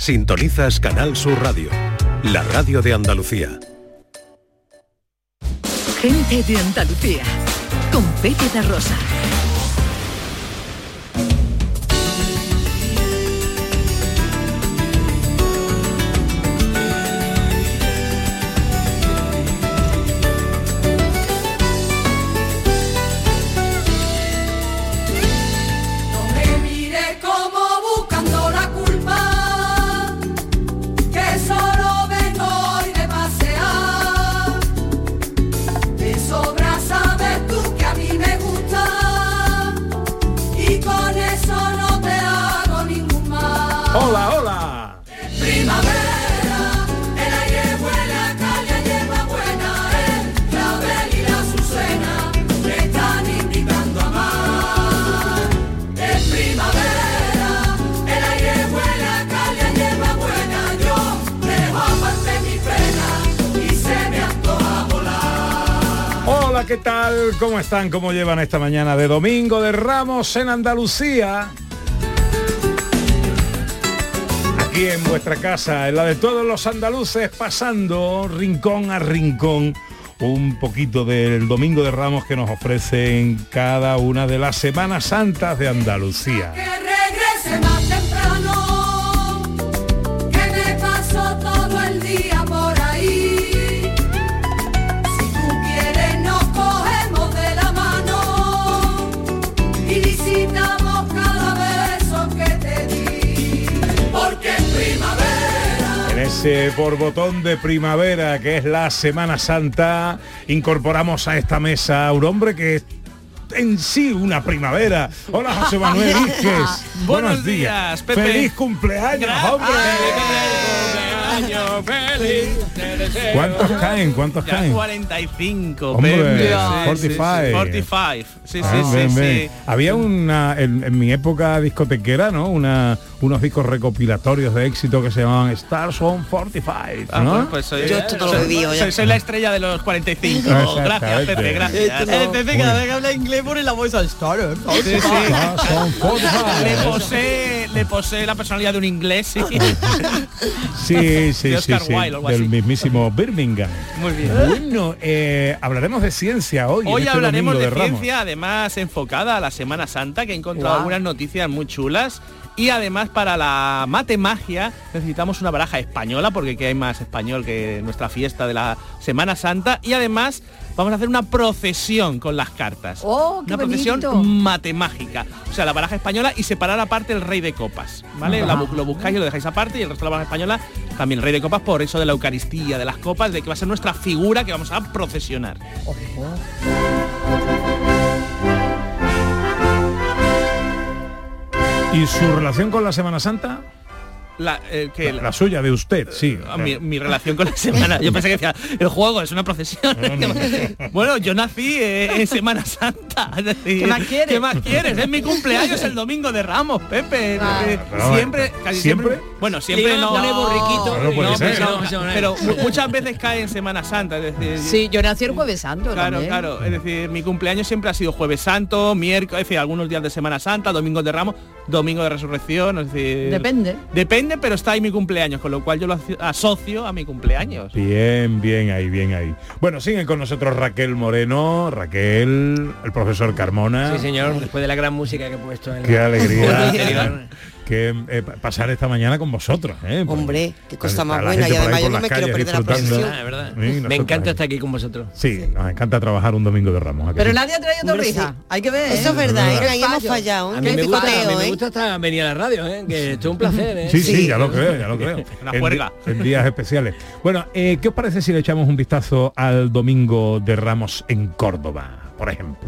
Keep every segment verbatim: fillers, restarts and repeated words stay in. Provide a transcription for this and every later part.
Sintonizas Canal Sur Radio, la radio de Andalucía. Gente de Andalucía, con Pepe da Rosa. Hola, hola. Es primavera, el aire huele a calle, lleva buena, el clavel y la azucena me están invitando a amar. Es primavera, el aire huele a calle, lleva buena, yo dejo aparte mi pena y se me antoja volar. Hola, ¿qué tal? ¿Cómo están? ¿Cómo llevan esta mañana de Domingo de Ramos en Andalucía? Aquí en vuestra casa, en la de todos los andaluces, pasando rincón a rincón un poquito del Domingo de Ramos que nos ofrecen cada una de las Semanas Santas de Andalucía. Que regrese más temprano, que me paso todo el día por ahí. Si tú quieres nos cogemos de la mano y visitamos cada beso que te di, porque es primavera. En ese borbotón de primavera que es la Semana Santa, incorporamos a esta mesa a un hombre que es en sí una primavera. Hola, José Manuel Iges. Buenos días, Pepe. Feliz cumpleaños, hombre. Año feliz, te deseo. ¿Cuántos caen? ¿Cuántos Ya caen? cuarenta y cinco, Hombre, Pepe. cuarenta y cinco. cuarenta y cinco. Sí, sí, Ah, sí, ven, sí, ven. sí. Había una en, en mi época discotequera, ¿no? Una unos discos recopilatorios de éxito que se llamaban Stars on cuarenta y cinco, Ah, ¿no? bueno, pues soy, Yo esto te lo soy- bebí, soy, oye. soy la estrella de los cuarenta y cinco. Exactamente. Gracias, Pepe, gracias. Eh, Pepe, cada vez que habla inglés pone la voz al Star. Sí, sí. Stars on cuarenta y Le cinco. posee, le posee la personalidad de un inglés, sí. Sí, sí, De sí, Oscar sí, Wilde o algo del así. mismísimo Birmingham. Muy bien. Bueno, eh, hablaremos de ciencia hoy. en Hoy este hablaremos Domingo de, Ramos. ciencia, además enfocada a la Semana Santa, que he encontrado Guau. algunas noticias muy chulas. Y además para la matemagia necesitamos una baraja española, porque ¿qué hay más español que nuestra fiesta de la Semana Santa? Y además vamos a hacer una procesión con las cartas. ¡Oh, qué una procesión bonito! matemágica. O sea, la baraja española y separar aparte el rey de copas, ¿vale? La bu- lo buscáis y lo dejáis aparte, y el resto de la baraja española también el rey de copas, por eso de la Eucaristía, de las copas, de que va a ser nuestra figura que vamos a procesionar. ¿Y su relación con la Semana Santa? La, eh, que La, la suya, de usted, sí. Ah, mi, mi relación con la semana. Yo pensé que decía, el juego es una procesión. Bueno, yo nací eh, en Semana Santa. Es decir, ¿Qué más quieres? ¿Qué más quieres? Es mi cumpleaños el domingo de Ramos, Pepe. Ah. Eh, Pero, siempre, casi ¿siempre? siempre. Bueno, siempre Le no. pone borriquito. No, no puede No, ser. pero, No, no, no. pero mu- muchas veces cae en Semana Santa. Es decir, Sí, yo nací el Jueves Santo Claro, también. claro. Es decir, mi cumpleaños siempre ha sido Jueves Santo, miércoles, es decir, algunos días de Semana Santa, Domingos de Ramos, Domingo de Resurrección, es decir. Depende. Depende, pero está ahí mi cumpleaños, con lo cual yo lo aso- asocio a mi cumpleaños. Bien, bien ahí, bien ahí. Bueno, siguen con nosotros Raquel Moreno, Raquel, el profesor Carmona. Sí, señor, después de la gran música que he puesto en Qué la- alegría que eh, pasar esta mañana con vosotros, ¿eh? Hombre, qué cosa más Está la buena. gente Y por ahí además yo por no las me quiero calles perder la disfrutando. procesión. Ah, es verdad. Sí, Me nosotros encanta ahí. estar aquí con vosotros. Sí, nos encanta trabajar un domingo de Ramos. ¿a que Pero sí? nadie ha traído Hombre, torrija. sí. Hay que ver. Eso es verdad, Qué ¿eh? Ahí hemos fallo. fallado. A mí, Qué me gusta, a mí picoteo, me ¿eh? gusta hasta venir a la radio, ¿eh? Que esto es un placer, ¿eh? Sí, sí, Sí. ya lo creo, ya lo creo. Una En juerga. di- En, días especiales. Bueno, eh, ¿qué os parece si le echamos un vistazo al Domingo de Ramos en Córdoba, por ejemplo?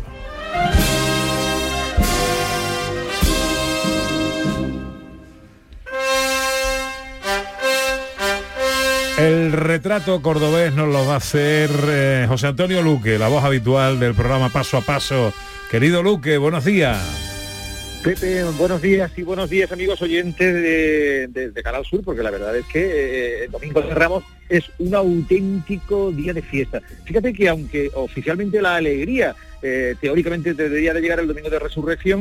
El retrato cordobés nos lo va a hacer eh, José Antonio Luque, la voz habitual del programa Paso a Paso. Querido Luque, buenos días. Pepe, buenos días y buenos días amigos oyentes de, de- de Canal Sur, porque la verdad es que eh, el Domingo de Ramos es un auténtico día de fiesta. Fíjate que aunque oficialmente la alegría eh, teóricamente debería de llegar el Domingo de Resurrección,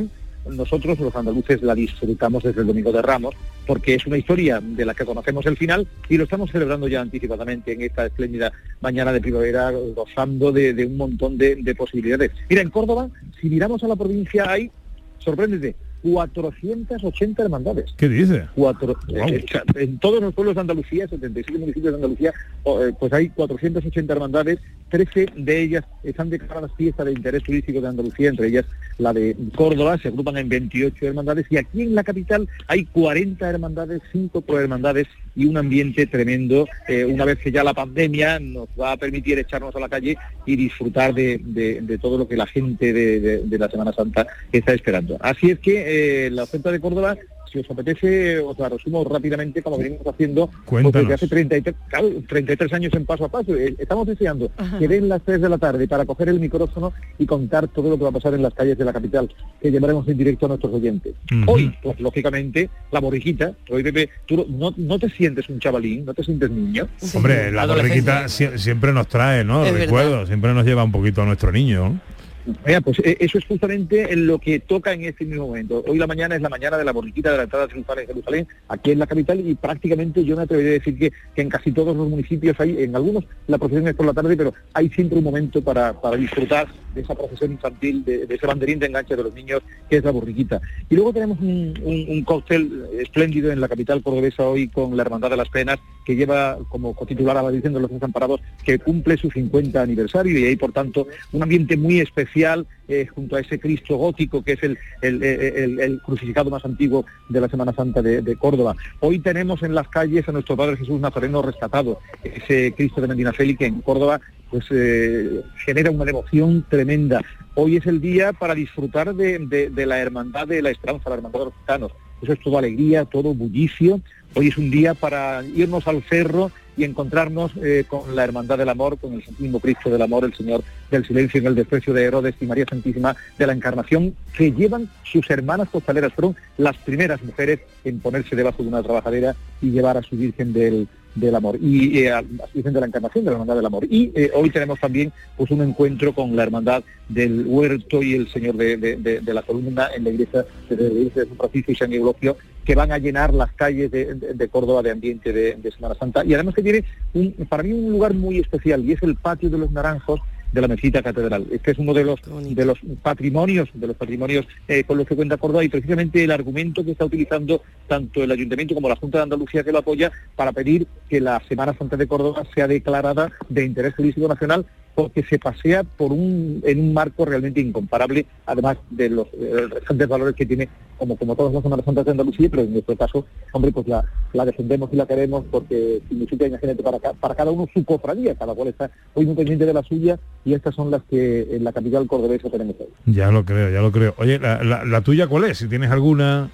nosotros los andaluces la disfrutamos desde el Domingo de Ramos, porque es una historia de la que conocemos el final y lo estamos celebrando ya anticipadamente en esta espléndida mañana de primavera, gozando de, de un montón de, de posibilidades. Mira, en Córdoba, si miramos a la provincia, hay, sorpréndete, cuatrocientas ochenta hermandades. ¿Qué dice? Cuatro, Wow. eh, en todos los pueblos de Andalucía, setenta y siete municipios de Andalucía, oh, eh, pues hay cuatrocientas ochenta hermandades, trece de ellas están declaradas fiestas de interés turístico de Andalucía, entre ellas la de Córdoba, se agrupan en veintiocho hermandades, y aquí en la capital hay cuarenta hermandades, cinco prohermandades y un ambiente tremendo, eh, una vez que ya la pandemia nos va a permitir echarnos a la calle y disfrutar de, de, de todo lo que la gente de, de, de la Semana Santa está esperando. Así es que eh, la oferta de Córdoba, si os apetece, os la resumo rápidamente como venimos haciendo pues, desde hace treinta y tres, claro, treinta y tres años en Paso a Paso. Eh, Estamos deseando Ajá. que den las tres de la tarde para coger el micrófono y contar todo lo que va a pasar en las calles de la capital, que llevaremos en directo a nuestros oyentes. Uh-huh. Hoy, pues lógicamente, la borriquita. Hoy, Pepe, tú no, no te sientes un chavalín, no te sientes niño. Hombre, la borriquita si, siempre nos trae, ¿no? Recuerdo, siempre nos lleva un poquito a nuestro niño, ¿no? Mira, pues eso es justamente en lo que toca en este mismo momento. Hoy la mañana es la mañana de la borriquita de la entrada triunfal en Jerusalén, aquí en la capital, y prácticamente yo me atrevería a decir que, que en casi todos los municipios hay, en algunos la procesión es por la tarde, pero hay siempre un momento para, para disfrutar de esa procesión infantil, de, de ese banderín de enganche de los niños, que es la borriquita. Y luego tenemos un, un, un cóctel espléndido en la capital cordobesa hoy con la Hermandad de las Penas, que lleva como cotitulada diciendo los desamparados, que cumple su cincuenta aniversario, y ahí por tanto un ambiente muy especial eh, junto a ese Cristo gótico que es el, el, el, el crucificado más antiguo de la Semana Santa de, de Córdoba. Hoy tenemos en las calles a nuestro Padre Jesús Nazareno rescatado, ese Cristo de Medinaceli que en Córdoba pues eh, genera una devoción tremenda. Hoy es el día para disfrutar de, de, de la hermandad de la Esperanza, la hermandad de los gitanos. Eso es toda alegría, todo bullicio. Hoy es un día para irnos al cerro y encontrarnos eh, con la Hermandad del Amor, con el Santísimo Cristo del Amor, el Señor del Silencio en el desprecio de Herodes y María Santísima de la Encarnación, que llevan sus hermanas costaleras. Fueron las primeras mujeres en ponerse debajo de una trabajadera y llevar a su Virgen del, del Amor, y eh, a la Virgen de la Encarnación, de la Hermandad del Amor. Y eh, hoy tenemos también pues un encuentro con la Hermandad del Huerto y el Señor de, de, de, de la Columna en la iglesia de, de, la iglesia de San Francisco y San Eulogio, que van a llenar las calles de, de, de Córdoba de ambiente de, de Semana Santa. Y además que tiene un, para mí un lugar muy especial, y es el Patio de los Naranjos de la Mezquita Catedral. Este es uno de los de los patrimonios, de los patrimonios eh, con los que cuenta Córdoba, y precisamente el argumento que está utilizando tanto el Ayuntamiento como la Junta de Andalucía, que lo apoya, para pedir que la Semana Santa de Córdoba sea declarada de interés turístico nacional, porque se pasea por un en un marco realmente incomparable, además de los eh, restantes valores que tiene, como como todas las Semanas Santas de Andalucía, pero en nuestro caso, hombre, pues la, la defendemos y la queremos porque significa, imagínate, para, para cada uno su cofradía, cada cual está hoy muy pendiente de la suya, y estas son las que en la capital cordobesa tenemos hoy. Ya lo creo, ya lo creo. Oye, ¿la, la, la tuya cuál es? Si tienes alguna...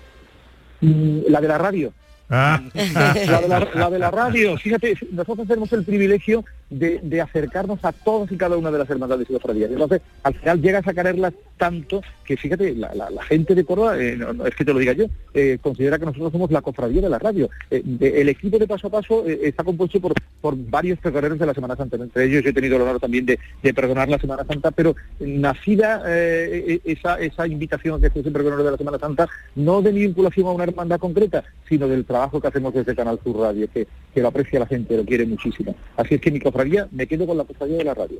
Mm, la de la radio. Ah. la, de la, la de la radio, fíjate, nosotros tenemos el privilegio de, de acercarnos a todas y cada una de las hermandades y cofradías. Entonces, al final llegas a quererlas tanto que, fíjate, la, la, la gente de Córdoba, eh, no, no es que te lo diga yo, eh, considera que nosotros somos la cofradía de la radio. Eh, de, el equipo de Paso a Paso eh, está compuesto por, por varios pregoneros de la Semana Santa. Entre ellos yo he tenido el honor también de, de pregonar la Semana Santa, pero nacida eh, esa, esa invitación a que fuese pregonero de la Semana Santa, no de mi vinculación a una hermandad concreta, sino del trabajo que hacemos desde Canal Sur Radio, que, que lo aprecia la gente, lo quiere muchísimo. Así es que mi cofradía, me quedo con la cofradía de la radio.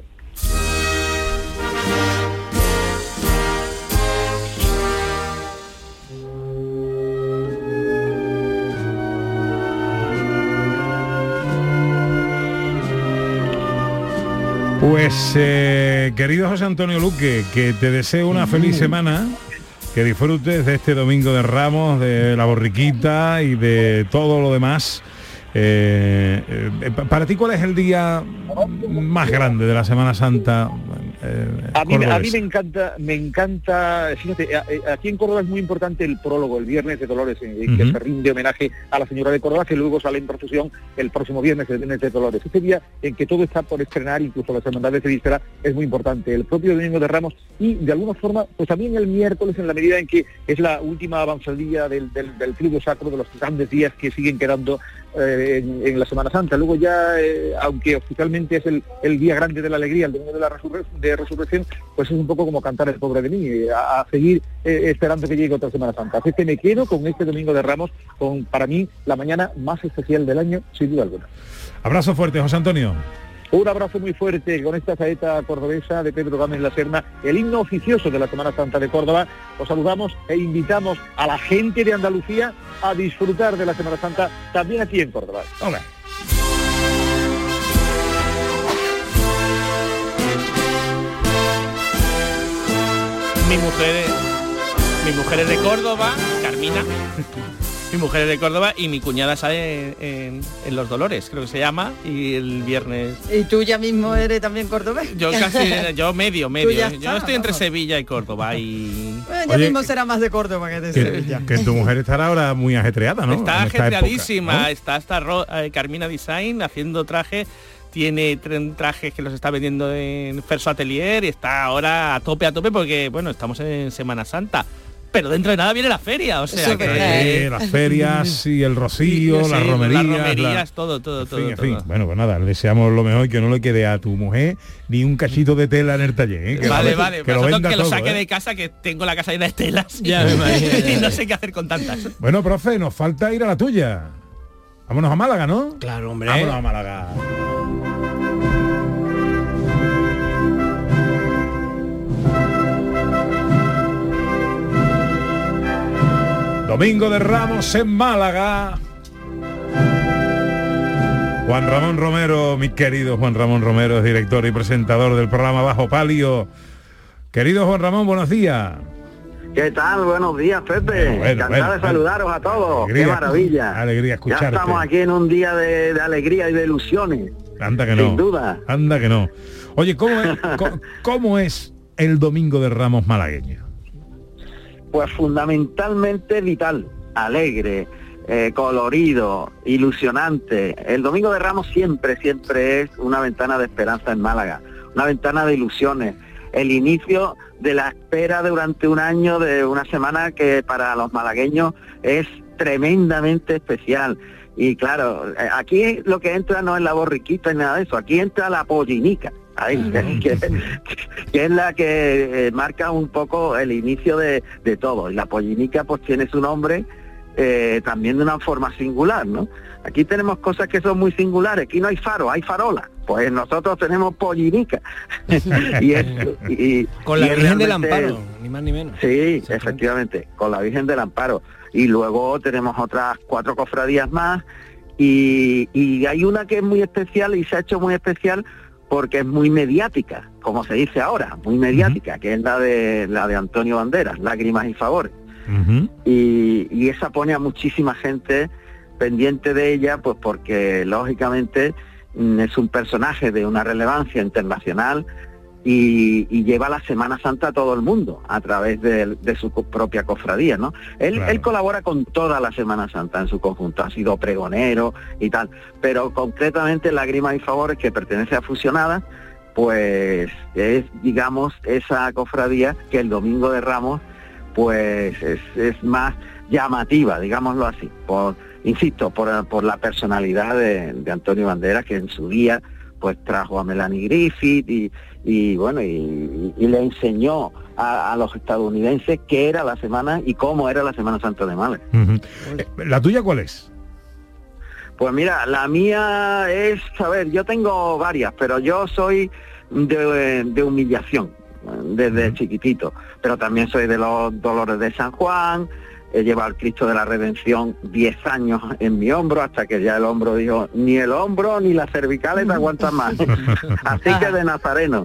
Pues eh, querido José Antonio Luque, que te deseo una feliz semana, que disfrutes de este Domingo de Ramos, de la borriquita y de todo lo demás. Eh, eh, para ti, ¿cuál es el día más grande de la Semana Santa? Eh, a, mí, a mí me encanta, me encanta, fíjate, a, a, aquí en Córdoba es muy importante el prólogo, el Viernes de Dolores, en uh-huh. que se rinde homenaje a la Señora de Córdoba, que luego sale en procesión el próximo viernes, el Viernes de Dolores. Este día en que todo está por estrenar, incluso las hermandades de víspera, es muy importante. El propio Domingo de Ramos, y de alguna forma, pues también el miércoles, en la medida en que es la última avanzadilla del, del, del Triduo Sacro, de los grandes días que siguen quedando eh, en, en la Semana Santa. Luego ya, eh, aunque oficialmente es el, el día grande de la alegría, el domingo de la resurre- de resurrección, pues es un poco como cantar el pobre de mí, eh, a, a seguir eh, esperando que llegue otra Semana Santa. Así que me quedo con este domingo de Ramos, con para mí la mañana más especial del año, sin duda alguna. Abrazo fuerte, José Antonio. Un abrazo muy fuerte con esta saeta cordobesa de Pedro Gámez La Serna, el himno oficioso de la Semana Santa de Córdoba. Os saludamos e invitamos a la gente de Andalucía a disfrutar de la Semana Santa también aquí en Córdoba. Hola. Mi mujer es, mi mujer es de Córdoba, Carmina. Mi mujer es de Córdoba y mi cuñada sale en, en, en Los Dolores, creo que se llama, y el viernes... ¿Y tú ya mismo eres también cordobés? Yo casi, yo medio, medio. ya Yo está, estoy entre vamos. Sevilla y Córdoba y... Bueno, ya Oye, mismo será más de Córdoba que de Que, Sevilla. que tu mujer estará ahora muy ajetreada, ¿no? Está En esta ajetreadísima, época, ¿no? está hasta Ro- eh, Carmina Design haciendo traje, tiene tre- trajes que los está vendiendo en Ferso Atelier y está ahora a tope, a tope porque, bueno, estamos en Semana Santa. Pero dentro de nada viene la feria, o sea Eso que... es verdad, Eh, las ferias y el rocío, Sí, las sí, romerías, las romerías, la- todo, todo, en todo, fin, en todo. fin. Bueno, pues nada, le deseamos lo mejor y que no le quede a tu mujer ni un cachito de tela en el taller. ¿eh? Que Vale, lo- vale, que lo vosotros venda que lo todo, saque ¿eh? de casa, que tengo la casa llena de telas Ya me imagino, ya. y no sé qué hacer con tantas. Bueno, profe, nos falta ir a la tuya. Vámonos a Málaga, ¿no? Claro, hombre. Vámonos a Málaga. Domingo de Ramos en Málaga. Juan Ramón Romero, mi querido Juan Ramón Romero, es director y presentador del programa Bajo Palio. Querido Juan Ramón, buenos días. ¿Qué tal? Buenos días, Pepe. Bueno, Encantado bueno, de saludaros a todos. Alegría, Qué maravilla. alegría escucharte. Ya estamos aquí en un día de, de alegría y de ilusiones. Anda que no. Sin duda. Anda que no. Oye, ¿cómo es, co- cómo es el Domingo de Ramos malagueño? Pues fundamentalmente vital, alegre, eh, colorido, ilusionante. El Domingo de Ramos siempre, siempre es una ventana de esperanza en Málaga, una ventana de ilusiones. El inicio de la espera durante un año de una semana que para los malagueños es tremendamente especial. Y claro, eh, aquí lo que entra no es la borriquita ni nada de eso, aquí entra la pollinica. Ahí, que, que es la que eh, marca un poco el inicio de, de todo. Y la pollinica pues tiene su nombre eh, también de una forma singular, ¿no? Aquí tenemos cosas que son muy singulares, aquí no hay faro, hay farola. Pues nosotros tenemos pollinica. y es, y, Con la y es Virgen del realmente- Amparo, ni más ni menos. Sí, efectivamente, con la Virgen del Amparo. Y luego tenemos otras cuatro cofradías más y, y hay una que es muy especial y se ha hecho muy especial porque es muy mediática, como se dice ahora, muy mediática, que es la de la de Antonio Banderas, Lágrimas y Favores. Uh-huh. Y, y esa pone a muchísima gente pendiente de ella, pues porque lógicamente mm, es un personaje de una relevancia internacional y, y lleva la Semana Santa a todo el mundo a través de, de su co- propia cofradía, ¿no? Él, Claro. él colabora con toda la Semana Santa en su conjunto, ha sido pregonero y tal, pero concretamente Lágrimas y Favores, que pertenece a Fusionada, pues es, digamos, esa cofradía que el Domingo de Ramos pues es, es más llamativa, digámoslo así, por, insisto, por, por la personalidad de, de Antonio Banderas, que en su día pues trajo a Melanie Griffith y, y bueno, y, y le enseñó a, a los estadounidenses qué era la semana y cómo era la Semana Santa de Málaga. Uh-huh. Eh, ¿La tuya cuál es? Pues mira, la mía es, a ver, yo tengo varias, pero yo soy de, de humillación desde chiquitito, pero también soy de los Dolores de San Juan, he llevado al Cristo de la Redención diez años en mi hombro, hasta que ya el hombro dijo, ni el hombro ni las cervicales te aguantan más, así que de Nazareno.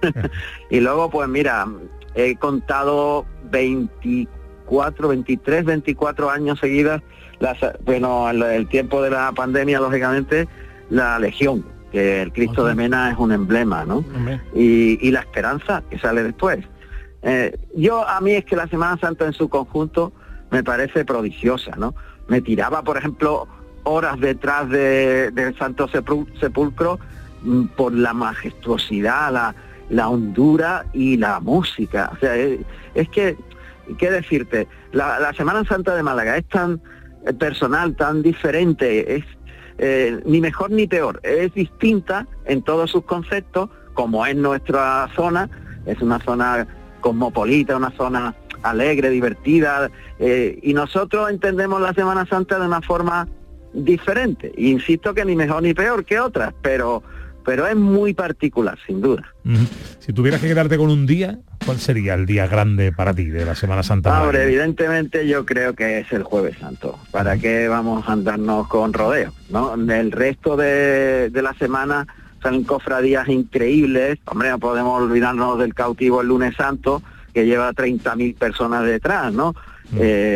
Y luego, pues mira, he contado veinticuatro, veintitrés, veinticuatro años seguidas, las, bueno, el, el tiempo de la pandemia, lógicamente, la Legión, que el Cristo de Mena es un emblema, ¿no? Hombre. Y, y la esperanza que sale después. Eh, yo, a mí es que la Semana Santa en su conjunto me parece prodigiosa, ¿no? Me tiraba, por ejemplo, horas detrás de, del Santo Sepul- Sepulcro mm, por la majestuosidad, la, la hondura y la música. O sea, es, es que, ¿qué decirte? La, la Semana Santa de Málaga es tan eh, personal, tan diferente, es eh, ni mejor ni peor, es distinta en todos sus conceptos, como es nuestra zona, es una zona cosmopolita, una zona alegre, divertida, eh, y nosotros entendemos la Semana Santa de una forma diferente. Insisto que ni mejor ni peor que otras, pero pero es muy particular, sin duda. Uh-huh. Si tuvieras que quedarte con un día, ¿cuál sería el día grande para ti de la Semana Santa? Ahora, evidentemente yo creo que es el Jueves Santo. ¿Para uh-huh. qué vamos a andarnos con rodeos, no? El resto de, de la semana salen cofradías increíbles. Hombre, no podemos olvidarnos del cautivo el Lunes Santo, que lleva treinta mil personas detrás, ¿no? Uh-huh.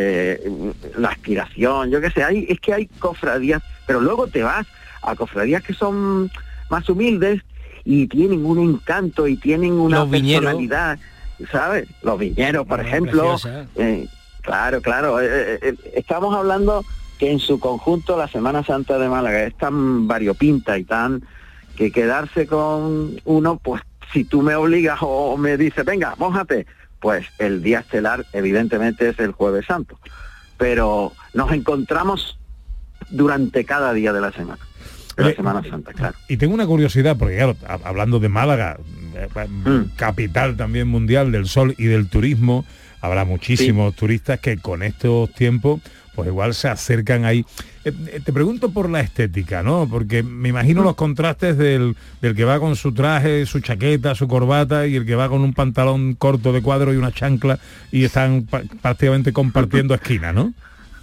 Eh, la aspiración, yo qué sé, hay, es que hay cofradías, pero luego te vas a cofradías que son más humildes y tienen un encanto y tienen una Los personalidad, ¿sabes? Los viñeros, por oh, ejemplo. Eh, claro, claro. Eh, eh, estamos hablando que en su conjunto la Semana Santa de Málaga es tan variopinta y tan que quedarse con uno, pues si tú me obligas o me dices, venga, mójate, pues el día estelar evidentemente es el Jueves Santo. Pero nos encontramos durante cada día de la semana. De la Semana Santa, claro. Y tengo una curiosidad, porque claro, hablando de Málaga, eh, mm. capital también mundial del sol y del turismo, habrá muchísimos sí. turistas que con estos tiempos, pues igual se acercan ahí. Eh, te pregunto por la estética, ¿no? Porque me imagino mm. los contrastes del, del que va con su traje, su chaqueta, su corbata, y el que va con un pantalón corto de cuadro y una chancla, y están pa- prácticamente compartiendo esquina, ¿no?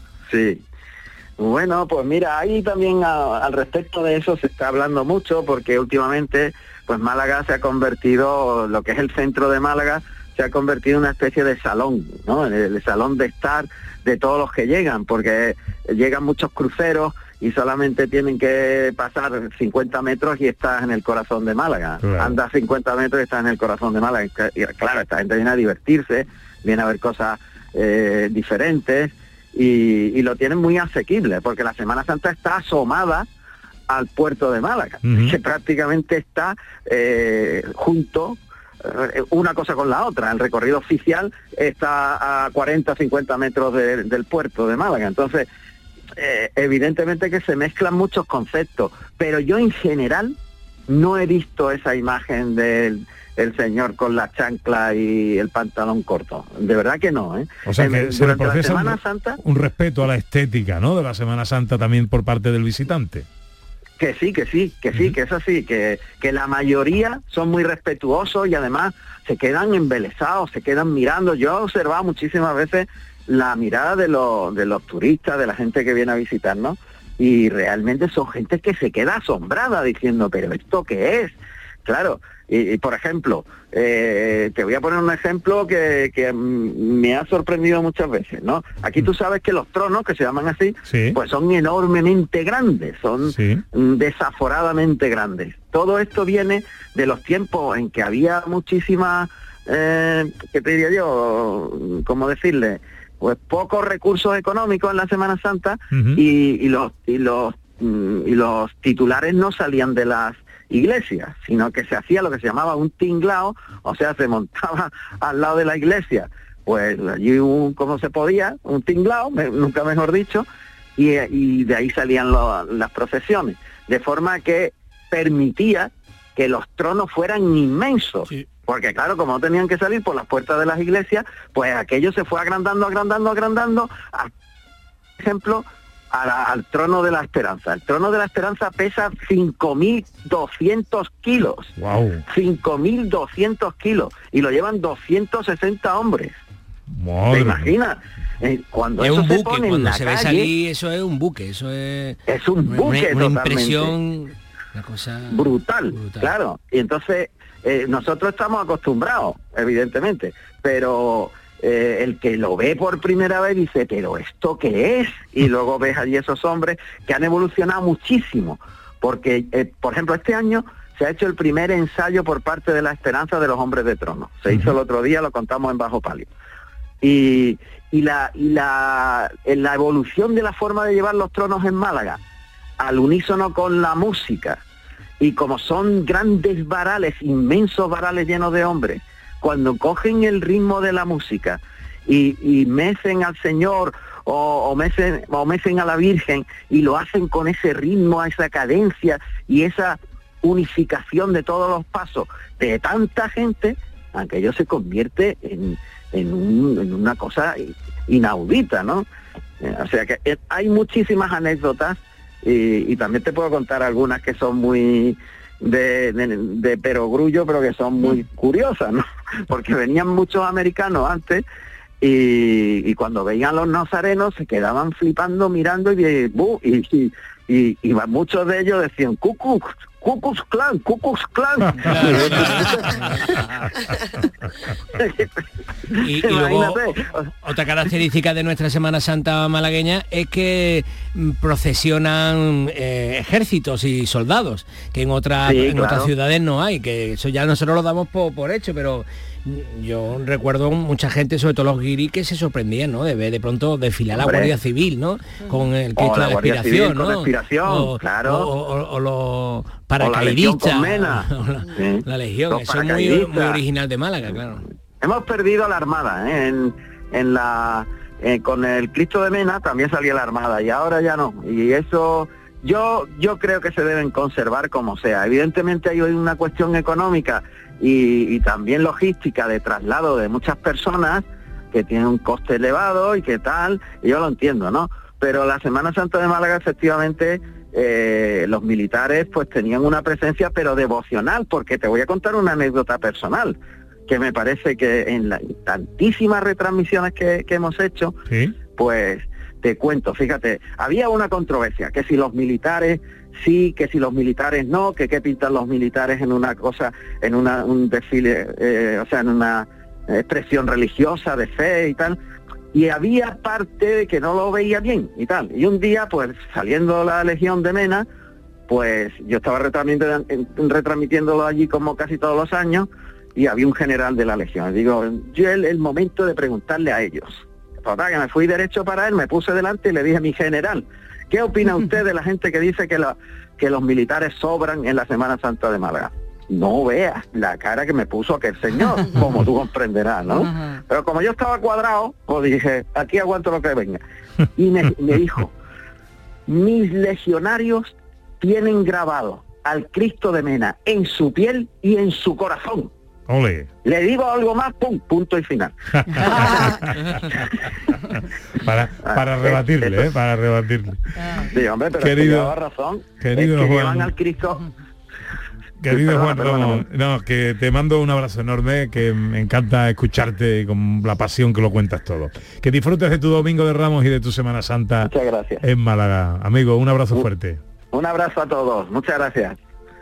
Sí. Bueno, pues mira, ahí también a, al respecto de eso se está hablando mucho, porque últimamente pues Málaga se ha convertido, lo que es el centro de Málaga, se ha convertido en una especie de salón, ¿no? El, el salón de estar de todos los que llegan, porque llegan muchos cruceros y solamente tienen que pasar cincuenta metros y estás en el corazón de Málaga. Claro. Andas cincuenta metros y estás en el corazón de Málaga. Y, claro, esta gente viene a divertirse, viene a ver cosas eh, diferentes, Y, y lo tienen muy asequible, porque la Semana Santa está asomada al puerto de Málaga, uh-huh. que prácticamente está eh, junto eh, una cosa con la otra. El recorrido oficial está a cuarenta, cincuenta metros de, del puerto de Málaga. Entonces, eh, evidentemente que se mezclan muchos conceptos, pero yo en general no he visto esa imagen del el señor con la chancla y el pantalón corto. De verdad que no, ¿eh? O sea, que en, se le durante la profesa Semana un, Santa, un respeto a la estética, ¿no?, de la Semana Santa también por parte del visitante. Que sí, que sí, que sí, uh-huh. que es así, que, que la mayoría son muy respetuosos y además se quedan embelesados, se quedan mirando. Yo he observado muchísimas veces la mirada de los, de los turistas, de la gente que viene a visitarnos, y realmente son gente que se queda asombrada diciendo, ¿pero esto qué es? Claro, y, y por ejemplo, eh, te voy a poner un ejemplo que, que me ha sorprendido muchas veces, ¿no? Aquí tú sabes que los tronos, que se llaman así, sí. pues son enormemente grandes, son sí. desaforadamente grandes. Todo esto viene de los tiempos en que había muchísimas, eh, ¿qué te diría yo? ¿Cómo decirle? Pues pocos recursos económicos en la Semana Santa, uh-huh. y, y los y los y los titulares no salían de las iglesias, sino que se hacía lo que se llamaba un tinglao, o sea, se montaba al lado de la iglesia, pues allí un, como se podía, un tinglao, me, nunca mejor dicho, y, y de ahí salían lo, las procesiones, de forma que permitía que los tronos fueran inmensos, sí. porque claro, como no tenían que salir por las puertas de las iglesias, pues aquello se fue agrandando, agrandando, agrandando, a, por ejemplo, A la, al trono de la Esperanza. El trono de la Esperanza pesa cinco mil doscientos kilos. Wow. cinco mil doscientos kilos. Y lo llevan doscientos sesenta hombres. Madre. ¿Te imaginas? Eh, cuando es eso un se buque, pone cuando en la se calle, ve salir, eso es un buque, eso es... Es un buque una, una totalmente. impresión, una cosa... Brutal, brutal. claro. Y entonces, eh, nosotros estamos acostumbrados, evidentemente, pero... Eh, el que lo ve por primera vez dice, ¿pero esto qué es? Y luego ves allí esos hombres que han evolucionado muchísimo, porque, eh, por ejemplo, este año se ha hecho el primer ensayo por parte de la Esperanza de los Hombres de Trono. Se uh-huh. hizo el otro día, lo contamos en Bajo Palio. Y, y, la, y la, en la evolución de la forma de llevar los tronos en Málaga, al unísono con la música, y como son grandes varales, inmensos varales llenos de hombres, cuando cogen el ritmo de la música y, y mecen al Señor o, o, mecen, o mecen a la Virgen, y lo hacen con ese ritmo, esa cadencia y esa unificación de todos los pasos de tanta gente, aquello se convierte en, en, un, en una cosa inaudita, ¿no? Eh, o sea que eh, hay muchísimas anécdotas y, y también te puedo contar algunas que son muy de, de, de perogrullo, pero que son muy curiosas, ¿no? Porque venían muchos americanos antes y, y cuando veían los nazarenos se quedaban flipando, mirando y, y, y, y, y muchos de ellos decían cucú, Ku Klux Klan, Ku Klux Klan. y, y luego, otra característica de nuestra Semana Santa malagueña es que procesionan eh, ejércitos y soldados, que en, otra, sí, en claro. otras ciudades no hay, que eso ya nosotros lo damos por, por hecho, pero yo recuerdo mucha gente, sobre todo los guiris, que se sorprendían, ¿no? De ver de pronto desfilar la Guardia Civil, ¿no? Con el Cristo de la Expiración, ¿no? Expiración, o, claro. O, o, o los paracaidistas. O la, la, sí. la Legión, los eso es muy, muy original de Málaga, claro. Hemos perdido la Armada, ¿eh? En, en la eh, con el Cristo de Mena también salía la Armada y ahora ya no. Y eso yo yo creo que se deben conservar como sea. Evidentemente hay una cuestión económica y, y también logística de traslado de muchas personas que tienen un coste elevado y que tal, y yo lo entiendo, ¿no? Pero la Semana Santa de Málaga efectivamente eh, los militares pues tenían una presencia pero devocional, porque te voy a contar una anécdota personal que me parece que en las tantísimas retransmisiones que, que hemos hecho, ¿sí? Pues te cuento, fíjate, había una controversia, que si los militares sí, que si los militares no, que qué pintan los militares en una cosa, en una, un desfile, eh, o sea, en una expresión religiosa de fe y tal, y había parte de que no lo veía bien y tal, y un día, pues, saliendo la Legión de Mena, pues yo estaba retransmitiendo, retransmitiéndolo allí como casi todos los años, y había un general de la Legión. Digo, yo el, el momento de preguntarle a ellos. Total, que me fui derecho para él, me puse delante y le dije a mi general, ¿qué opina usted de la gente que dice que, la, que los militares sobran en la Semana Santa de Málaga? No veas la cara que me puso aquel señor, como tú comprenderás, ¿no? Uh-huh. Pero como yo estaba cuadrado, pues dije, aquí aguanto lo que venga. Y me, me dijo, mis legionarios tienen grabado al Cristo de Mena en su piel y en su corazón. Ole. Le digo algo más, pum, punto y final. para para rebatirle, ¿eh? Para rebatirle. Sí, hombre, pero querido, llevaba razón. Querido es que Juan, llevan al Cristo. Querido perdona, Juan perdona, Ramón, no, que te mando un abrazo enorme, que me encanta escucharte con la pasión que lo cuentas todo. Que disfrutes de tu Domingo de Ramos y de tu Semana Santa. Muchas gracias. En Málaga. Amigo, un abrazo un, fuerte. Un abrazo a todos. Muchas gracias.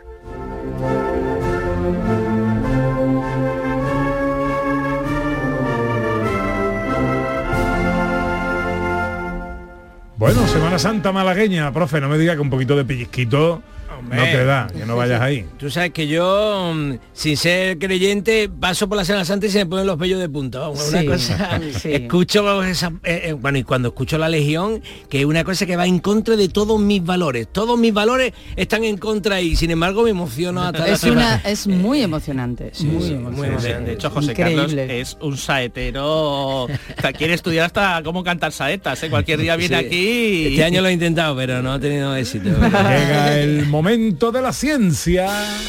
Bueno, Semana Santa malagueña, profe, no me diga que un poquito de pellizquito Hombre, no te da, que no vayas ahí. Tú sabes que yo, sin ser creyente, paso por la Semana Santa y se me ponen los vellos de punta. Una sí, cosa, sí. Escucho esa, eh, eh, bueno, y cuando escucho la Legión, que es una cosa que va en contra de todos mis valores. Todos mis valores están en contra y sin embargo me emociono hasta es la una Es muy emocionante. Sí, muy, sí, emocionante. muy emocionante. De hecho, José Increíble. Carlos es un saetero. Quiere estudiar hasta cómo cantar saetas, ¿eh? Cualquier día viene sí. aquí y... Este año lo he intentado, pero no he tenido éxito. Llega el momento de la ciencia.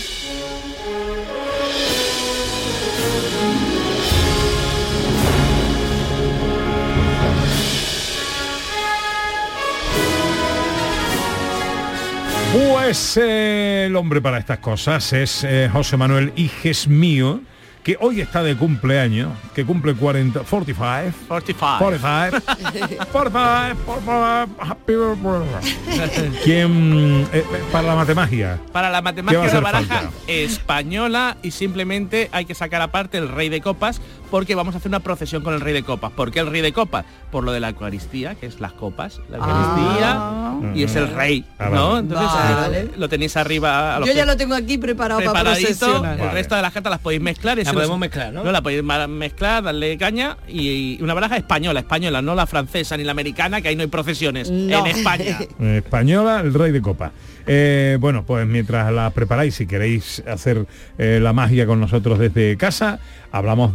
Pues eh, el hombre para estas cosas es eh, José Manuel Iges Mío, que hoy está de cumpleaños, que cumple cuarenta, cuarenta y cinco, cuarenta y cinco, cuarenta y cinco, cuarenta y cinco, happy birthday. ¿Quién eh, para la matemagia? Para la matemagia es una baraja falta? española y simplemente hay que sacar aparte el Rey de Copas porque vamos a hacer una procesión con el Rey de Copas. ¿Por qué el Rey de Copas? Por lo de la Eucaristía, que es las copas, la Eucaristía ah. y es el Rey, ah, ¿no? Vale. Entonces vale. lo tenéis arriba. A Yo ya lo tengo aquí preparado para procesionar. El vale. resto de las cartas las podéis mezclar. La podemos mezclar, ¿no? No, la podéis mezclar, darle caña y, y una baraja española, española, no la francesa ni la americana, que ahí no hay procesiones. No. En España. Española, el Rey de Copas. Eh, bueno, pues mientras la preparáis, si queréis hacer eh, la magia con nosotros desde casa, hablamos de otro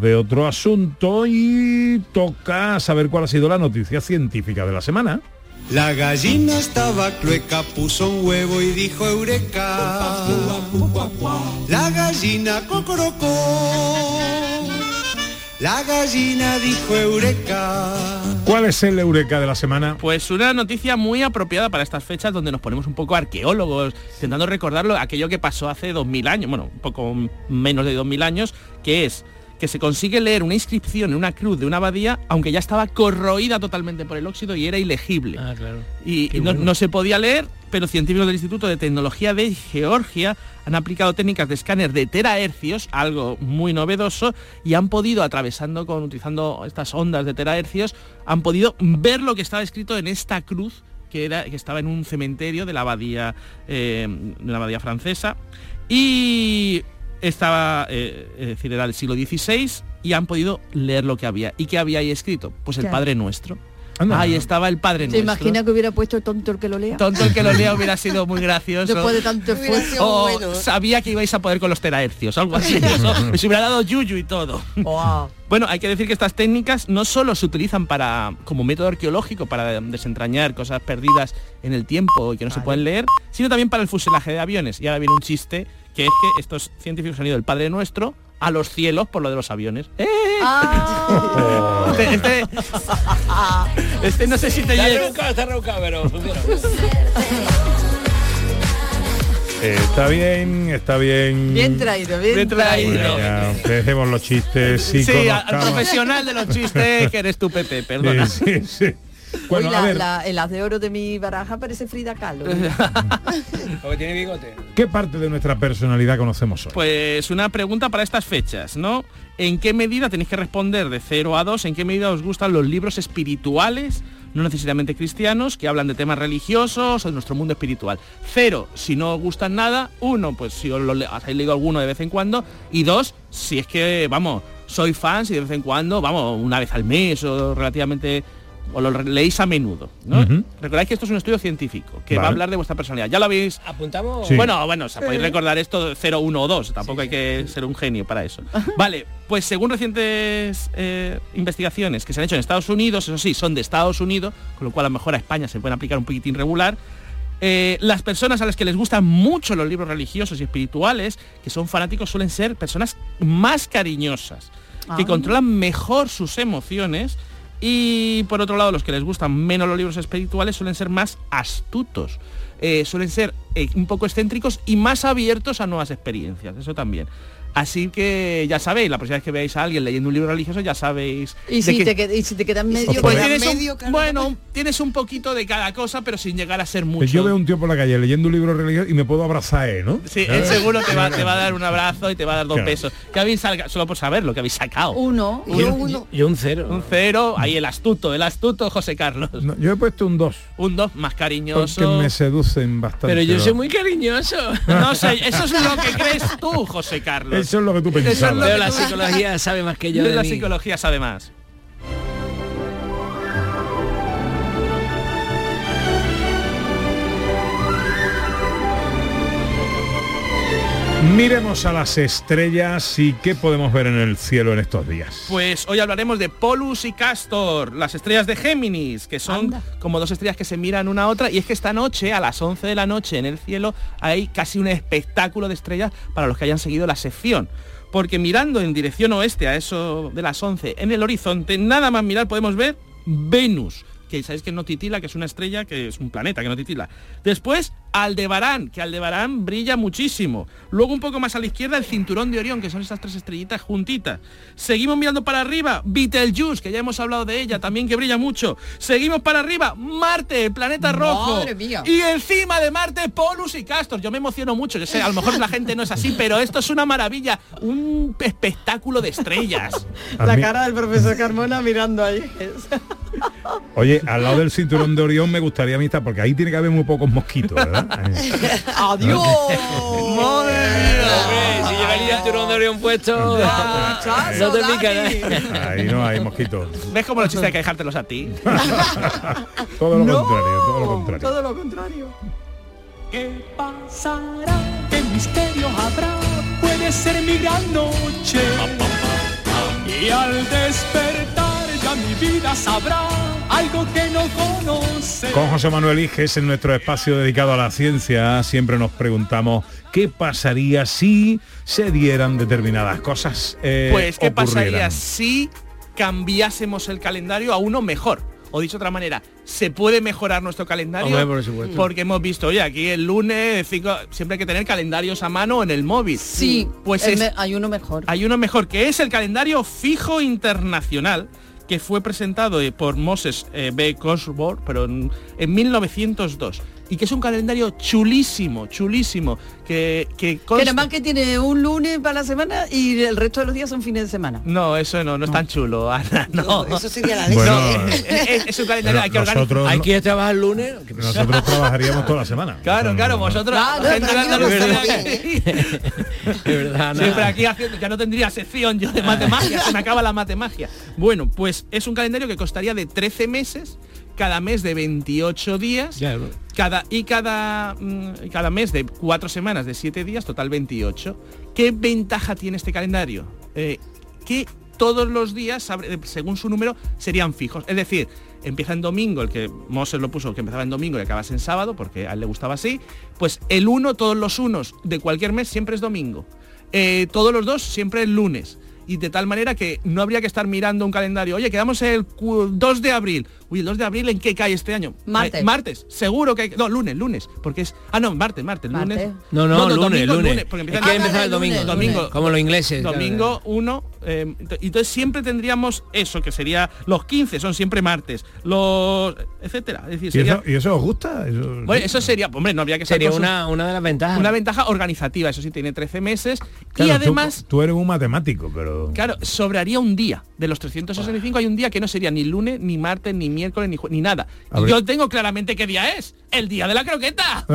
otro asunto y toca saber cuál ha sido la noticia científica de la semana. La gallina estaba clueca, puso un huevo y dijo eureka. La gallina cocorocó. La gallina dijo eureka. ¿Cuál es el eureka de la semana? Pues una noticia muy apropiada para estas fechas donde nos ponemos un poco arqueólogos, intentando recordarlo, aquello que pasó hace dos mil años, bueno, un poco menos de dos mil años, que es que se consigue leer una inscripción en una cruz de una abadía, aunque ya estaba corroída totalmente por el óxido y era ilegible. Ah, claro. Y, y no, bueno. no se podía leer, pero científicos del Instituto de Tecnología de Georgia han aplicado técnicas de escáner de terahercios, algo muy novedoso, y han podido, atravesando con, utilizando estas ondas de terahercios, han podido ver lo que estaba escrito en esta cruz, que, era, que estaba en un cementerio de la abadía, eh, de la abadía francesa, y estaba, eh, es decir, era del siglo dieciséis, y han podido leer lo que había. ¿Y qué había ahí escrito? Pues el Claro. Padre Nuestro. Anda. Ahí estaba el Padre ¿Se Nuestro. imagina que hubiera puesto tonto el que lo lea? Tonto el que lo lea hubiera sido muy gracioso. Después de tanto esfuerzo. O sabía que ibais a poder con los terahercios, algo así. Eso me hubiera dado yuyu y todo. Wow. Bueno, hay que decir que estas técnicas no solo se utilizan para como método arqueológico para desentrañar cosas perdidas en el tiempo y que no se pueden leer, sino también para el fuselaje de aviones. Y ahora viene un chiste, que es que estos científicos han ido del Padre Nuestro a los cielos por lo de los aviones. ¡Eh! Ah. Este, este, este no sé si te Está llega. rebuscado, está rebuscado, pero funciona. Eh, está bien, está bien. Bien traído, bien, Bien traído. traído. Ya, dejemos los chistes y Sí, al conozcamos. profesional de los chistes que eres tú, Pepe, perdona. Sí, sí, sí. Bueno, Hoy a la, ver, la- el as de oro de mi baraja parece Frida Kahlo. Porque tiene bigote. ¿qué parte de nuestra personalidad conocemos hoy? Pues una pregunta para estas fechas, ¿no? ¿En qué medida tenéis que responder de cero a dos? ¿En qué medida os gustan los libros espirituales, no necesariamente cristianos, que hablan de temas religiosos o de nuestro mundo espiritual? Cero, si no os gustan nada. Uno, pues si os lo le- os habéis leído alguno de vez en cuando. Y dos, si es que, vamos, soy fans y de vez en cuando, vamos, una vez al mes o relativamente... o lo leéis a menudo, ¿no? Ujú. Recordad que esto es un estudio científico, que va Vale. a hablar de vuestra personalidad. Ya lo habéis... ¿Apuntamos? Sí. Bueno, bueno, o sea, podéis recordar esto cero, uno o dos, tampoco hay que ser un genio para eso. Vale, pues según recientes eh, investigaciones que se han hecho en Estados Unidos, eso sí, son de Estados Unidos, con lo cual a lo mejor a España se pueden aplicar un poquitín regular, eh, las personas a las que les gustan mucho los libros religiosos y espirituales, que son fanáticos, suelen ser personas más cariñosas, que Ah. controlan mejor sus emociones. Y por otro lado, los que les gustan menos los libros espirituales suelen ser más astutos, eh, suelen ser eh, un poco excéntricos y más abiertos a nuevas experiencias, eso también. Así que ya sabéis, la próxima vez que veáis a alguien leyendo un libro religioso ya sabéis... Y de si, qué- te, qued- y si te quedas medio... pues quedas tienes un- medio, claro. bueno, tienes un poquito de cada cosa, pero sin llegar a ser mucho. Pues yo veo un tío por la calle leyendo un libro religioso y me puedo abrazar, ¿eh? ¿no? Sí, ¿Eh? él seguro te va, te va a dar un abrazo y te va a dar dos Claro. pesos. ¿Qué habéis sacado? Solo por saber lo que habéis sacado. Uno, Y uno, un, uno. y un cero. Un cero, ahí el astuto, el astuto José Carlos. No, yo he puesto un dos, Un dos más cariñoso. porque me seducen bastante. Pero yo los- soy muy cariñoso. No sé, eso es lo que crees tú, José Carlos. Eso es lo que tú Eso es pensabas. lo Pero que la tú- psicología sabe más que yo de la mí. psicología sabe más. Miremos a las estrellas y qué podemos ver en el cielo en estos días. Pues hoy hablaremos de Polus y Castor, las estrellas de Géminis, que son Anda. como dos estrellas que se miran una a otra, y es que esta noche, a las once de la noche en el cielo, hay casi un espectáculo de estrellas para los que hayan seguido la sección. Porque mirando en dirección oeste a eso de las once en el horizonte, nada más mirar podemos ver Venus, que sabéis que no titila, que es una estrella, que es un planeta que no titila. Después Aldebarán, que Aldebarán brilla muchísimo. Luego un poco más a la izquierda el cinturón de Orión, que son esas tres estrellitas juntitas. Seguimos mirando para arriba, Betelgeuse, que ya hemos hablado de ella, también que brilla mucho. Seguimos para arriba, Marte, el planeta rojo. Madre mía. Y encima de Marte, Polus y Castor. Yo me emociono mucho, yo sé, a lo mejor la gente no es así, pero esto es una maravilla, un espectáculo de estrellas. A La mí- cara del profesor Carmona mirando ahí. Oye, al lado del cinturón de Orión me gustaría a mí estar, porque ahí tiene que haber muy pocos mosquitos, ¿verdad? ¡Adiós! ¡Madre mía! Hombre, si lleva el cinturón de Orión puesto, no te pica nada. Ahí no hay mosquitos. ¿Ves cómo los chistes hay que dejártelos a ti? Todo lo No, contrario, todo lo contrario. Todo lo contrario. ¿Qué pasará? ¿Qué misterio habrá? Puede ser mi gran noche. Y al despertar ya mi vida sabrá algo que no conoce. Con José Manuel Iges, en nuestro espacio dedicado a la ciencia, siempre nos preguntamos qué pasaría si se dieran determinadas cosas. Eh, pues qué ocurrieran. pasaría si cambiásemos el calendario a uno mejor. O dicho de otra manera, ¿se puede mejorar nuestro calendario? Hombre, por supuesto. Porque hemos visto, oye, aquí el lunes, cinco, siempre hay que tener calendarios a mano en el móvil. Sí, pues el es, me- hay uno mejor. hay uno mejor, que es el calendario fijo internacional, que fue presentado eh, por Moses eh, B. Cosworth, pero en, en mil novecientos dos. Y que es un calendario chulísimo, chulísimo, que, que Que consta... nada más que tiene un lunes para la semana y el resto de los días son fines de semana. No, eso no, no es tan chulo, Ana, no. Eso sería la leche. Bueno, No, es, es- es un calendario, hay que organizar. nosotros, Hay que ir a trabajar el lunes. nosotros trabajaríamos toda la semana. Claro, Eso claro, no- vosotros, Claro, la gente pero de aquí no Andalucía, pasamos aquí- De verdad, nada. siempre aquí haciendo, ya no tendría sección yo de matemagia, se me acaba la matemagia. Bueno, pues es un calendario que costaría de trece meses, cada mes de veintiocho días, Ya, ¿no? cada y cada mm, cada mes de cuatro semanas de siete días, total veintiocho. ¿Qué ventaja tiene este calendario? Eh, que todos los días, abre- según su número, serían fijos. Es decir, empieza en domingo, el que Moses lo puso, que empezaba en domingo y acabas en sábado, porque a él le gustaba así, pues el uno, todos los unos de cualquier mes siempre es domingo. Eh, todos los dos siempre es lunes. Y de tal manera que no habría que estar mirando un calendario. Oye, quedamos el cu- dos de abril. Uy, ¿el dos de abril en qué cae este año? Martes. Eh, martes, seguro que hay... No, lunes, lunes. Porque es... Ah, no, martes, martes, Martes. lunes. No, no, lunes, domingo, lunes. porque Es empieza que el- empezar el lunes, domingo. lunes. Domingo. Como los ingleses. Domingo uno, eh, ent- y entonces siempre tendríamos eso, que sería los quince, son siempre martes, los etcétera. Es decir, ¿Y sería, eso, ¿Y eso os gusta? Eso, bueno, eso sería, hombre, no habría que ser Sería cosas- una, una de las ventajas. una ventaja organizativa, eso sí, tiene trece meses. Claro, y tú- además, tú, eres un matemático, pero claro, sobraría un día. De los trescientos sesenta y cinco hay un día que no sería ni lunes, ni martes, ni miércoles, ni, jue- ni nada. A Y ver. yo tengo claramente qué día es. El día de la croqueta.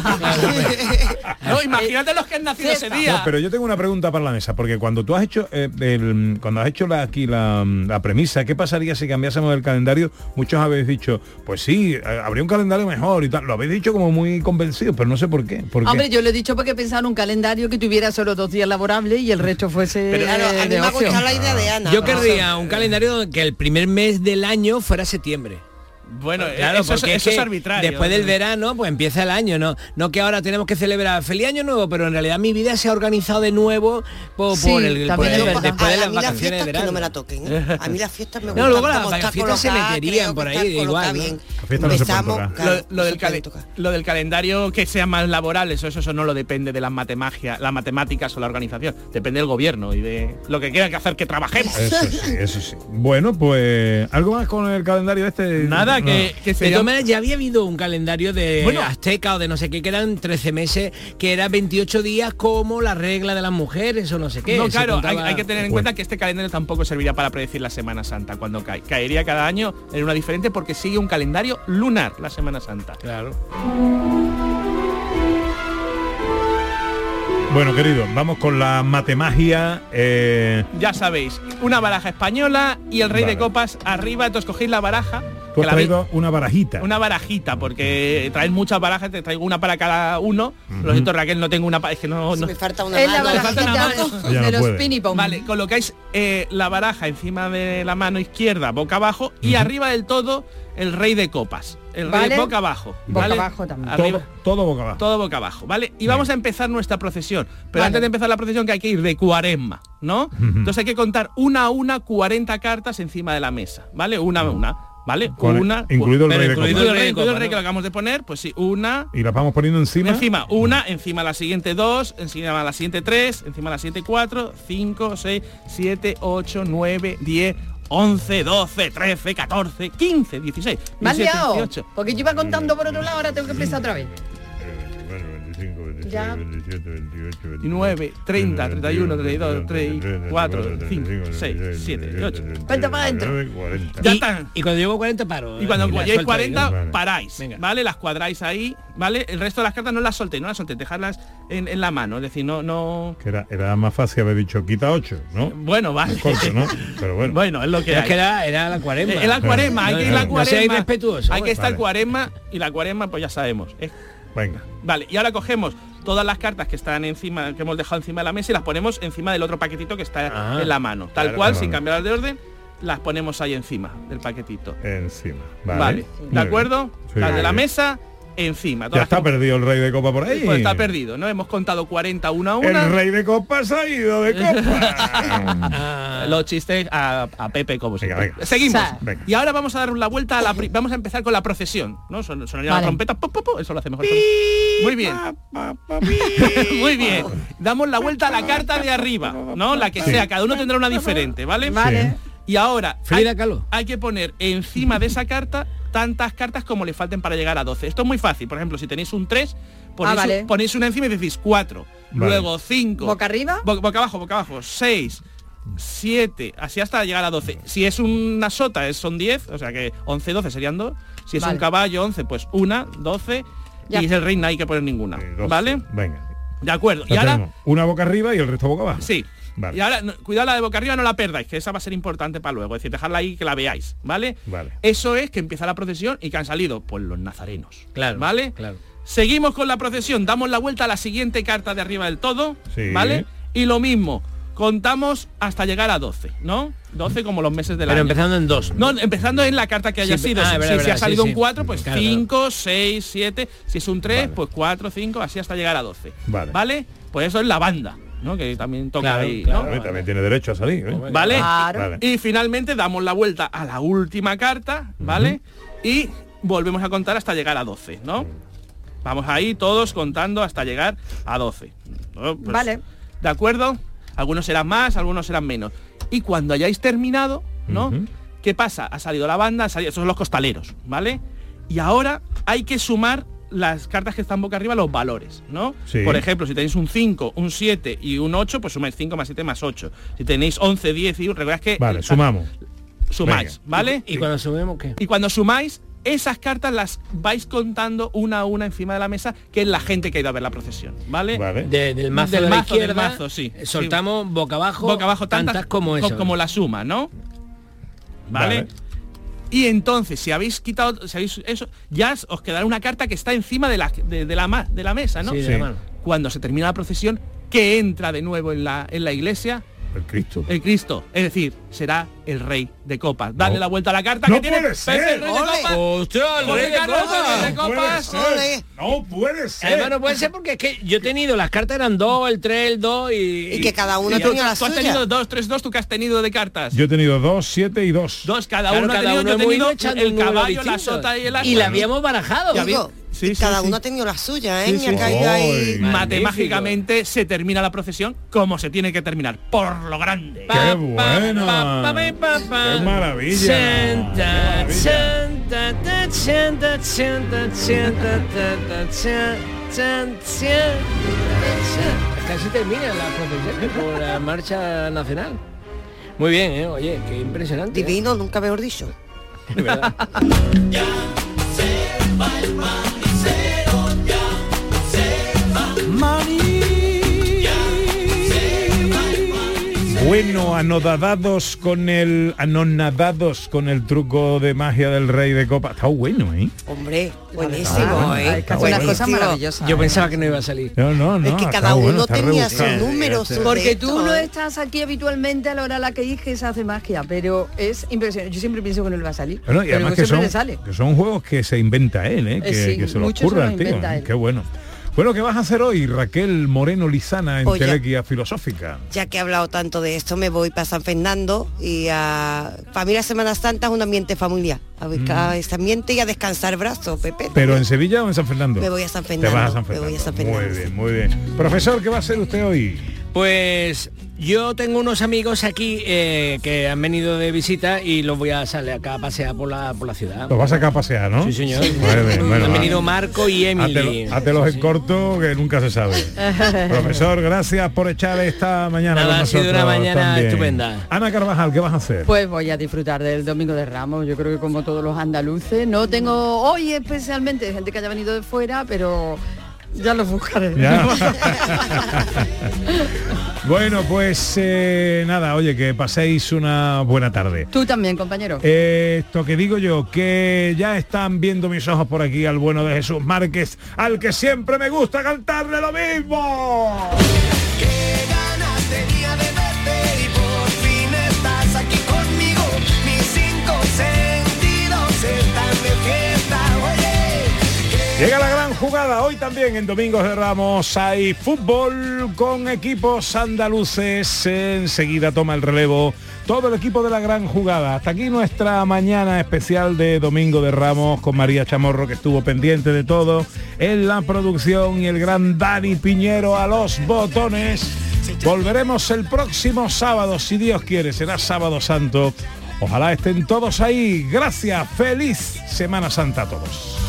No, imagínate los que han nacido ese día. No, pero yo tengo una pregunta para la mesa, porque cuando tú has hecho eh, el- cuando has hecho la, aquí la, la premisa, ¿qué pasaría si cambiásemos el calendario? Muchos habéis dicho, pues sí, eh, habría un calendario mejor y tal. Lo habéis dicho como muy convencidos, pero no sé por qué. ¿Por qué? Hombre, yo le he dicho porque pensaba en un calendario que tuviera solo dos días laborables y el resto fuese Pero claro, a mí de me ha ocio. gustado la idea de Ana. Yo querría un calendario que el primer mes del año fuera septiembre. Bueno, Claro, eso, es- porque eso es que arbitrario. después del verano, pues empieza el año, ¿no? No que ahora tenemos que celebrar feliz año nuevo, pero en realidad mi vida se ha organizado de nuevo por, Sí, por el, por también el- es verdad. después de a las mí las vacaciones de fiestas que verano. no me la toquen, ¿eh? A mí las fiestas me No, gustan. luego las como está fiestas se colocada, meterían creo por que ahí, está igual, colocada ¿no? bien. Las fiestas no se pueden Empezamos, tocar. claro, lo, lo no del se pueden cale- tocar. lo del calendario que sea más laboral, eso, eso, eso no lo depende de las matemagias, las matemáticas o la organización, depende del gobierno y de lo que quiera que hacer que trabajemos. Eso sí, eso sí. Bueno, pues algo más con el calendario este. Nada, No. que, que De sería- todas maneras, ya había habido un calendario de Bueno. Azteca o de no sé qué, que eran trece meses, que era veintiocho días como la regla de las mujeres o no sé qué. No, Se claro, hay, contaba- hay que tener en Bueno. cuenta que este calendario tampoco serviría para predecir la Semana Santa cuando cae. Caería cada año en una diferente porque sigue un calendario lunar la Semana Santa. Claro. Bueno, querido, vamos con la matemagia. eh, Ya sabéis, una baraja española y el rey Vale. de copas arriba, entonces cogéis la baraja. tú que has la veis- traído una barajita. Una barajita, porque traes muchas barajas, te traigo una para cada uno. Lo siento, Raquel, no tengo una para... Es que no... Si no- me falta una Es la mano. Me falta una barajita mano. Ya no de los puede. pinipom. Vale, colocáis eh, la baraja encima de la mano izquierda, boca abajo, y arriba del todo, el rey de copas. El rey Vale. boca abajo. Boca ¿vale? abajo también. Arriba- todo, todo boca abajo. todo boca abajo, ¿vale? Y vamos a empezar nuestra procesión. Pero Vale. antes de empezar la procesión que hay que ir de cuaresma, ¿no? Entonces hay que contar una a una cuarenta cartas encima de la mesa, ¿vale? Una a una, ¿vale? Con- una. incluido el pero rey de incluido copas. el rey, incluido el copas, rey que ¿no? lo acabamos de poner, pues sí, una. Y las vamos poniendo encima. Encima una, encima la siguiente dos, encima la siguiente tres, encima la siguiente cuatro, cinco, seis, siete, ocho, nueve, diez, once, doce, trece, catorce, quince, dieciséis, Me has diecisiete, liado, dieciocho. porque yo iba contando por otro lado, ahora tengo que empezar otra vez. Ya. veintinueve, treinta, treinta y uno, treinta y dos, treinta y cuatro, cinco, seis, siete, ocho. Cuenta para adentro. Ya y, están. y cuando llego a cuarenta paro. Y cuando Y la lleguéis suelto ahí, ¿no? cuarenta, Vale. paráis, Venga. ¿vale? Las cuadráis ahí, ¿vale? El resto de las cartas no las soltéis, no las soltéis, dejarlas en, en la mano, es decir, no, no... Que era, era más fácil haber dicho quita ocho, ¿no? Bueno, vale. Corto, ¿no? Pero bueno. Bueno, es lo que Pero es hay. que era, era la cuaresma. Eh, en la cuaresma, hay No, que ir no, la no seáis cuaresma. respetuosos. Hay que estar Vale. cuaresma y la cuaresma pues ya sabemos. es- Venga. Vale, y ahora cogemos todas las cartas que están encima, que hemos dejado encima de la mesa y las ponemos encima del otro paquetito que está Ah, en la mano. Tal claro, cual, claro. sin cambiar de orden, las ponemos ahí encima del paquetito. Encima. Vale. Vale. Muy ¿De bien. acuerdo? Sí. Las de la mesa, encima. Ya Todas está las- perdido el rey de copa por ahí. Pues está perdido, ¿no? Hemos contado cuarenta una a una. El rey de copas ha ido de copa. Los chistes a, a Pepe como siempre. venga. Seguimos. Sa- venga. Y ahora vamos a dar la vuelta a la pri- vamos a empezar con la procesión, ¿no? Son, sonaría Vale. la trompeta, pu, pu, pu, eso lo hacemos mejor. Muy bien. Muy bien. Damos la vuelta a la carta de arriba, ¿no? La que Sí. sea, cada uno tendrá una diferente, ¿vale? Vale. Y ahora Frida hay, Kahlo. hay que poner encima de esa carta tantas cartas como le falten para llegar a doce. Esto es muy fácil. Por ejemplo, si tenéis un tres, ponéis, Ah, vale. un- ponéis una encima y decís cuatro. Vale. Luego cinco. ¿Boca arriba? Bo- boca abajo, boca abajo. seis, siete, así hasta llegar a doce. Si es una sota, es- son diez, o sea que once, doce serían dos. Si es Vale. un caballo, once, pues una, doce. Ya. Y es el rey, no hay que poner ninguna. doce. ¿Vale? Venga. De acuerdo. Ya Y ahora... tenemos una boca arriba y el resto boca abajo. Sí. Vale. Y ahora, no, cuidado la de boca arriba, no la perdáis, que esa va a ser importante para luego. Es decir, dejadla ahí que la veáis, ¿vale? Vale. Eso es que empieza la procesión y que han salido, pues los nazarenos. Claro. ¿Vale? Claro. Seguimos con la procesión, damos la vuelta a la siguiente carta de arriba del todo, Sí. ¿vale? Y lo mismo, contamos hasta llegar a doce, ¿no? doce como los meses del Pero año. empezando en dos. No, empezando en la carta que haya Sí, sido. ah, si verdad, si verdad, ha salido sí, un sí. cuatro, pues Claro, cinco, seis, siete. Si es un tres, pues cuatro, cinco, así hasta llegar a doce. Vale. Pues eso es la banda, ¿no? Que también toca Claro, ahí, claro. ¿no? Y también tiene derecho a salir. ¿eh? ¿Vale? Vale. Y finalmente damos la vuelta a la última carta, ¿vale? Y volvemos a contar hasta llegar a doce, ¿no? Vamos ahí todos contando hasta llegar a doce. ¿no? Pues, Vale. ¿De acuerdo? Algunos serán más, algunos serán menos. Y cuando hayáis terminado, ¿no? Ujú. ¿Qué pasa? Ha salido la banda, ha salido, esos son los costaleros, ¿vale? Y ahora hay que sumar las cartas que están boca arriba, los valores, ¿no? Sí. Por ejemplo, si tenéis un cinco, un siete y un ocho, pues sumáis cinco más siete más ocho. Si tenéis once, diez y recordad que... Vale, sumamos. Sumáis, Venga. ¿vale? ¿Y cuando sumemos qué? Y cuando sumáis, esas cartas las vais contando una a una encima de la mesa, que es la gente que ha ido a ver la procesión, ¿vale? De- del mazo Del de la mazo, del izquierda, mazo, sí. soltamos Sí. boca abajo, boca abajo tantas, tantas, como eso. co- como la suma, ¿no? ¿Vale? Vale. Y entonces, si habéis quitado, si habéis eso, ya os quedará una carta que está encima de la, de, de la, ma- de la mesa, ¿no? Sí, de la Sí. mano. Cuando se termina la procesión, que entra de nuevo en la, en la iglesia, El Cristo. el Cristo. Es decir, será el rey de copas. Dale No. la vuelta a la carta No que tiene puede Pepe, ser. el rey de Ole. copas. ¡Ostras, el José rey de Carlos, copas! el rey de No puede copas. ser. Ole. No puede ser. Además no puede ser porque es que yo he tenido, las cartas eran dos, el tres, el dos y... Y que cada uno Y tú, tenía la tú has suya. tenido dos, tres, dos, ¿tú qué has tenido de cartas? Yo he tenido dos, siete y dos. Dos, cada Claro, uno ha cada tenido, uno yo he hemos ido tenido echando el un número caballo, la distinto. sota y el Y la habíamos barajado. Ya vi- Digo, Sí, y sí, cada sí. uno ha tenido la suya, ¿eh? Sí, Y sí, ha sí. caído ahí. Ay, Matemáticamente se termina la procesión como se tiene que terminar, por lo grande. ¡Qué bueno! ¡Qué maravilla! Santa, ¡Qué Santa, ta, Santa, Santa, Santa, ta, ta, cha, chan, chan, cha. Casi termina la procesión por la marcha nacional. Muy bien, ¿eh? Oye, qué impresionante. ¿eh? Divino, nunca mejor dicho. De verdad. Bueno, anodadados con el anonadados con el truco de magia del rey de copa. Está bueno, ¿eh? Hombre, buenísimo, Ah, ¿eh? Hay que hacer unas cosas Buenísimo. maravillosas. Yo ¿eh? pensaba que no iba a salir. No, no, no. Es que está cada uno bueno, está tenía su rebuscado. número, su Porque de tú esto, no ¿eh? estás aquí habitualmente a la hora a la que dices se hace magia, pero es impresionante. Yo siempre pienso que no le va a salir. Bueno, y pero además que que siempre son, le sale. que son juegos que se inventa él, ¿eh? Que, Eh, sí, que se lo muchos ocurra se al lo tío. inventa ¿eh? él. Qué bueno. Bueno, ¿qué vas a hacer hoy, Raquel Moreno Lizana, en Oye. Telequia Filosófica? Ya que he hablado tanto de esto, me voy para San Fernando y a... para mí la Semana Santa es un ambiente familiar. A buscar ese ambiente y a descansar brazos, Pepe. ¿Pero en Sevilla o en San Fernando? Me voy a San Te Fernando. vas a San me Fernando. voy a San Muy Fernando. bien, muy bien. Profesor, ¿qué va a hacer usted hoy? Pues yo tengo unos amigos aquí eh, que han venido de visita y los voy a salir acá a pasear por la, por la ciudad. Los vas a sacar a pasear, ¿no? Sí, señor. Muy bien, bueno, han va. venido Marco y Emily. Hátelo- Hátelos en corto, que nunca se sabe. Profesor, gracias por echar esta mañana Nada, con ha sido nosotros una mañana también. estupenda. Ana Carvajal, ¿qué vas a hacer? Pues voy a disfrutar del Domingo de Ramos, yo creo que como todos los andaluces. No tengo hoy especialmente gente que haya venido de fuera, pero Ya lo buscaré. Ya. Bueno, pues eh, nada, oye, que paséis una buena tarde. Tú también, compañero. Eh, esto que digo yo, que ya están viendo mis ojos por aquí al bueno de Jesús Márquez, al que siempre me gusta cantarle lo mismo. Qué ganas tenía de verte y por fin estás aquí conmigo. Mis cinco sentidos están de fiesta, oye. Llega la gran jugada, hoy también en Domingos de Ramos hay fútbol con equipos andaluces, enseguida toma el relevo todo el equipo de la gran jugada. Hasta aquí nuestra mañana especial de Domingo de Ramos con María Chamorro, que estuvo pendiente de todo en la producción, y el gran Dani Piñero a los botones. Volveremos el próximo sábado, si Dios quiere, será Sábado Santo. Ojalá estén todos ahí. Gracias, feliz Semana Santa a todos.